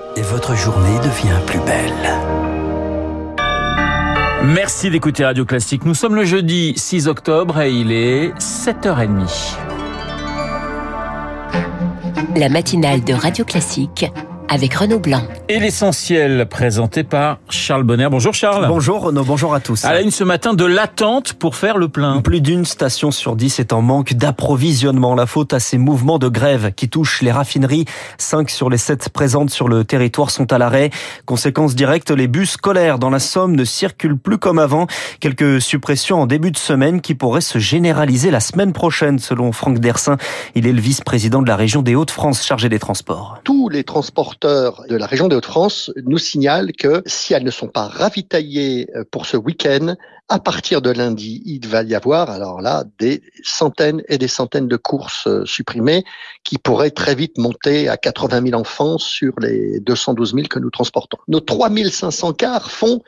et votre journée devient plus belle. Merci d'écouter Radio Classique. Nous sommes le jeudi 6 octobre et il est 7h30. La matinale de Radio Classique avec Renaud Blanc. Et l'essentiel présenté par Charles Bonner. Bonjour Charles. Bonjour Renaud, bonjour à tous. À la une ce matin de l'attente pour faire le plein. Plus d'une station sur 10 est en manque d'approvisionnement. La faute à ces mouvements de grève qui touchent les raffineries. 5 sur les 7 présentes sur le territoire sont à l'arrêt. Conséquence directe, les bus scolaires dans la Somme ne circulent plus comme avant. Quelques suppressions en début de semaine qui pourraient se généraliser la semaine prochaine, selon Franck Dersin. Il est le vice-président de la région des Hauts-de-France chargé des transports. Tous les transporteurs de la région des Hauts-de-France nous signalent que si elles ne sont pas ravitaillées pour ce week-end, à partir de lundi, il va y avoir alors là des centaines et des centaines de courses supprimées qui pourraient très vite monter à 80 000 enfants sur les 212 000 que nous transportons. Nos 3 500 cars font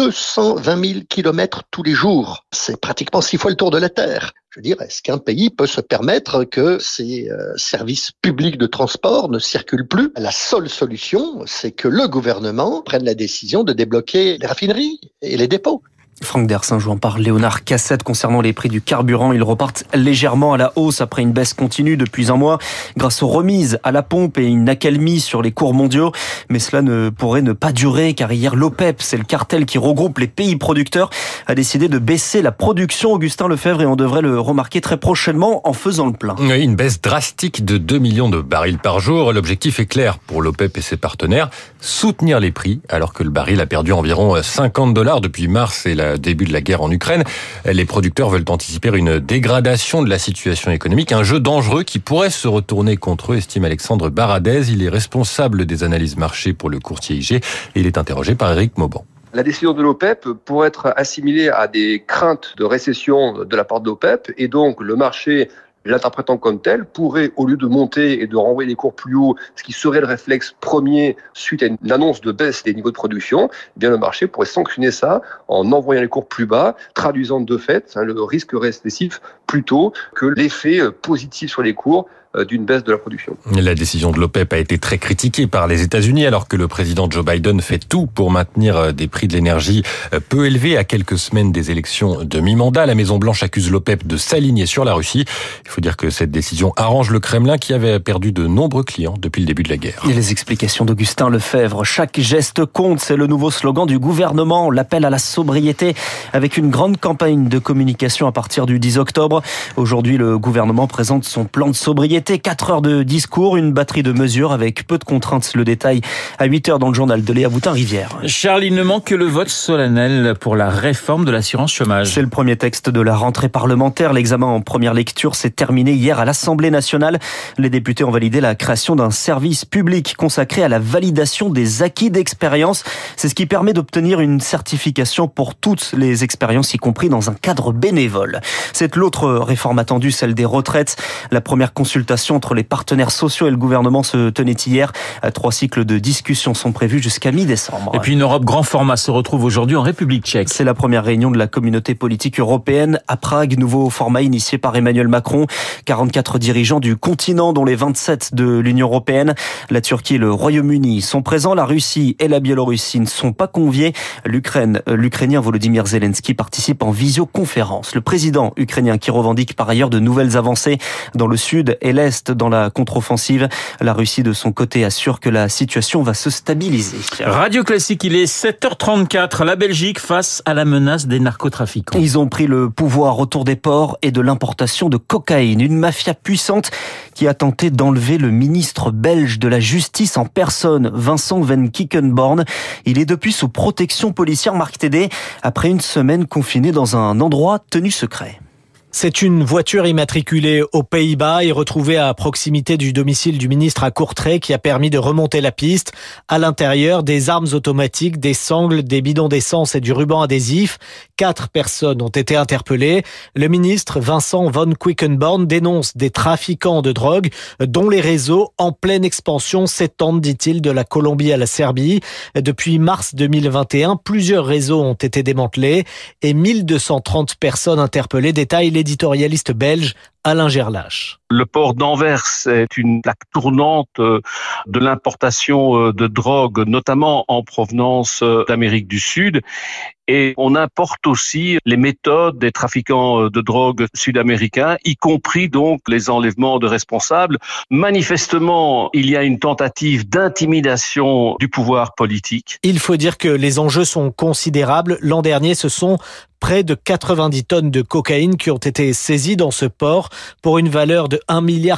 220 000 kilomètres tous les jours. C'est pratiquement 6 fois le tour de la Terre. Je veux dire, est-ce qu'un pays peut se permettre que ces services publics de transport ne circulent plus? La seule solution, c'est que le gouvernement prenne la décision de débloquer les raffineries et les dépôts. Franck Dersin jouant par Léonard Cassette concernant les prix du carburant. Ils repartent légèrement à la hausse après une baisse continue depuis un mois grâce aux remises à la pompe et une accalmie sur les cours mondiaux. Mais cela ne pourrait ne pas durer car hier l'OPEP, c'est le cartel qui regroupe les pays producteurs, a décidé de baisser la production. Augustin Lefebvre, et on devrait le remarquer très prochainement en faisant le plein. Oui, une baisse drastique de 2 millions de barils par jour. L'objectif est clair pour l'OPEP et ses partenaires, soutenir les prix alors que le baril a perdu environ $50 depuis mars et le début de la guerre en Ukraine. Les producteurs veulent anticiper une dégradation de la situation économique, un jeu dangereux qui pourrait se retourner contre eux, estime Alexandre Baradez. Il est responsable des analyses marché pour le courtier IG et il est interrogé par Éric Mauban. La décision de l'OPEP pourrait être assimilée à des craintes de récession de la part de l'OPEP et donc le marché, l'interprétant comme tel, pourrait, au lieu de monter et de renvoyer les cours plus haut, ce qui serait le réflexe premier suite à une annonce de baisse des niveaux de production, eh bien le marché pourrait sanctionner ça en envoyant les cours plus bas, traduisant de fait le risque récessif plutôt que l'effet positif sur les cours d'une baisse de la production. La décision de l'OPEP a été très critiquée par les États-Unis alors que le président Joe Biden fait tout pour maintenir des prix de l'énergie peu élevés à quelques semaines des élections de mi-mandat. La Maison-Blanche accuse l'OPEP de s'aligner sur la Russie. Il faut dire que cette décision arrange le Kremlin qui avait perdu de nombreux clients depuis le début de la guerre. Et les explications d'Augustin Lefebvre. Chaque geste compte, c'est le nouveau slogan du gouvernement. L'appel à la sobriété avec une grande campagne de communication à partir du 10 octobre. Aujourd'hui, le gouvernement présente son plan de sobriété. 4 heures de discours, une batterie de mesures avec peu de contraintes. Le détail à 8 heures dans le journal de Léa Boutin-Rivière. Charles, il ne manque que le vote solennel pour la réforme de l'assurance chômage. C'est le premier texte de la rentrée parlementaire. L'examen en première lecture s'est terminé hier à l'Assemblée nationale. Les députés ont validé la création d'un service public consacré à la validation des acquis d'expérience. C'est ce qui permet d'obtenir une certification pour toutes les expériences, y compris dans un cadre bénévole. C'est l'autre réforme attendue, celle des retraites. La première consultation entre les partenaires sociaux et le gouvernement se tenait hier. 3 cycles de discussion sont prévus jusqu'à mi-décembre. Et puis une Europe grand format se retrouve aujourd'hui en République tchèque. C'est la première réunion de la communauté politique européenne à Prague. Nouveau format initié par Emmanuel Macron. 44 dirigeants du continent, dont les 27 de l'Union européenne. La Turquie et le Royaume-Uni sont présents. La Russie et la Biélorussie ne sont pas conviés. L'Ukrainien Volodymyr Zelensky participe en visioconférence. Le président ukrainien qui revendique par ailleurs de nouvelles avancées dans le sud et l'Est dans la contre-offensive. La Russie, de son côté, assure que la situation va se stabiliser. Radio Classique, il est 7h34. La Belgique face à la menace des narcotrafiquants. Ils ont pris le pouvoir autour des ports et de l'importation de cocaïne. Une mafia puissante qui a tenté d'enlever le ministre belge de la Justice en personne, Vincent Van Quickenborne. Il est depuis sous protection policière, Marc Tédé, après une semaine confiné dans un endroit tenu secret. C'est une voiture immatriculée aux Pays-Bas et retrouvée à proximité du domicile du ministre à Courtrai qui a permis de remonter la piste. À l'intérieur, des armes automatiques, des sangles, des bidons d'essence et du ruban adhésif. 4 personnes ont été interpellées. Le ministre Vincent Van Quickenborne dénonce des trafiquants de drogue dont les réseaux en pleine expansion s'étendent, dit-il, de la Colombie à la Serbie. Depuis mars 2021, plusieurs réseaux ont été démantelés et 1230 personnes interpellées, détaillent l'édition l'éditorialiste belge Alain Gerlache. Le port d'Anvers est une plaque tournante de l'importation de drogue, notamment en provenance d'Amérique du Sud. Et on importe aussi les méthodes des trafiquants de drogue sud-américains, y compris donc les enlèvements de responsables. Manifestement, il y a une tentative d'intimidation du pouvoir politique. Il faut dire que les enjeux sont considérables. L'an dernier, ce sont près de 90 tonnes de cocaïne qui ont été saisies dans ce port pour une valeur de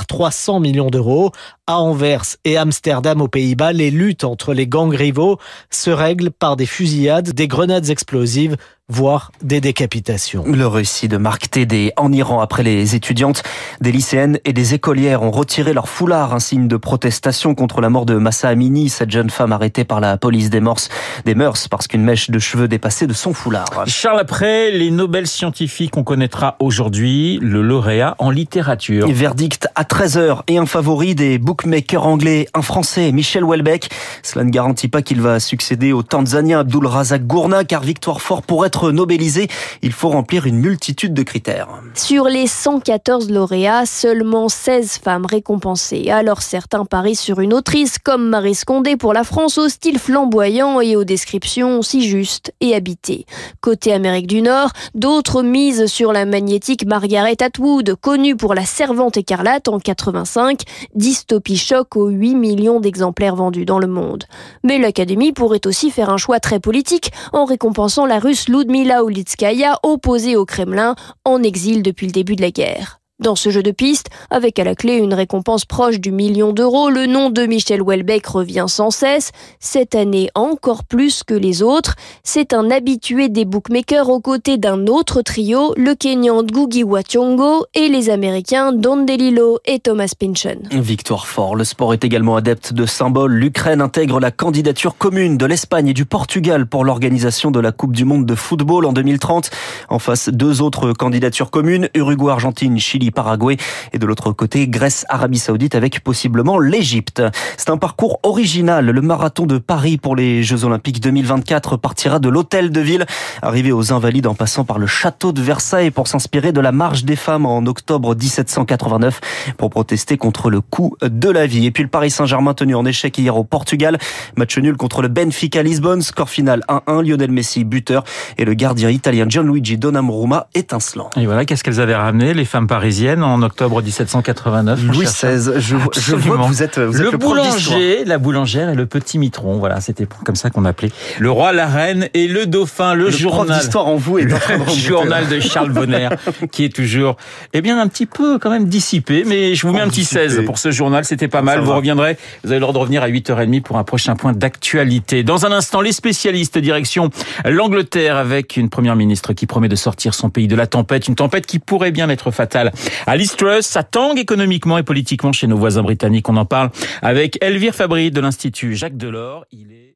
1,3 milliard d'euros. À Anvers et Amsterdam aux Pays-Bas, les luttes entre les gangs rivaux se règlent par des fusillades, des grenades explosives, voire des décapitations. Le récit de Marc Tédé en Iran après les étudiantes, des lycéennes et des écolières ont retiré leur foulard, un signe de protestation contre la mort de Mahsa Amini, cette jeune femme arrêtée par la police des mœurs parce qu'une mèche de cheveux dépassait de son foulard. Charles, après les Nobel scientifiques, on connaîtra aujourd'hui le lauréat en littérature. Verdict à 13h et un favori des bookmakers anglais, un Français, Michel Houellebecq. Cela ne garantit pas qu'il va succéder au Tanzanien Abdul Razak Gurna, car victoire fort pour être nobélisé, il faut remplir une multitude de critères. Sur les 114 lauréats, seulement 16 femmes récompensées. Alors certains parient sur une autrice comme Marie Scondé pour la France, au style flamboyant et aux descriptions si justes et habitées. Côté Amérique du Nord, d'autres misent sur la magnétique Margaret Atwood, connue pour La Servante écarlate en 85, dystopie choc aux 8 millions d'exemplaires vendus dans le monde. Mais l'Académie pourrait aussi faire un choix très politique en récompensant la Russe Ludmila Ulitskaya, opposée au Kremlin, en exil depuis le début de la guerre. Dans ce jeu de piste, avec à la clé une récompense proche du 1 million d'euros, le nom de Michel Houellebecq revient sans cesse. Cette année encore plus que les autres. C'est un habitué des bookmakers aux côtés d'un autre trio, le Kenyan Ngugi wa Thiong'o et les Américains Don DeLillo et Thomas Pynchon. Victoire fort. Le sport est également adepte de symboles. L'Ukraine intègre la candidature commune de l'Espagne et du Portugal pour l'organisation de la Coupe du Monde de football en 2030. En face, 2 autres candidatures communes, Uruguay, Argentine, Chili, Paraguay et de l'autre côté Grèce, Arabie Saoudite avec possiblement l'Égypte. C'est un parcours original. Le marathon de Paris pour les Jeux Olympiques 2024 partira de l'Hôtel de Ville, arrivé aux Invalides en passant par le château de Versailles pour s'inspirer de la marche des femmes en octobre 1789 pour protester contre le coût de la vie. Et puis le Paris Saint-Germain tenu en échec hier au Portugal. Match nul contre le Benfica Lisbonne. Score final 1-1. Lionel Messi buteur et le gardien italien Gianluigi Donnarumma étincelant. Et voilà, qu'est-ce qu'elles avaient ramené, les femmes parisiennes en octobre 1789. Louis XVI, je vois que vous êtes le boulanger, la boulangère et le petit mitron. Voilà, c'était comme ça qu'on appelait le roi, la reine et le dauphin. Le journal prof d'histoire en vous est en train de remonter. Journal de Charles Bonner, qui est toujours, un petit peu quand même dissipé, mais je vous mets un petit 16 pour ce journal. C'était pas mal. Vous reviendrez. Vous avez l'ordre de revenir à 8h30 pour un prochain point d'actualité. Dans un instant, les spécialistes direction l'Angleterre avec une première ministre qui promet de sortir son pays de la tempête. Une tempête qui pourrait bien être fatale. À Liz Truss, ça tangue économiquement et politiquement chez nos voisins britanniques. On en parle avec Elvire Fabry de l'Institut Jacques Delors. Il est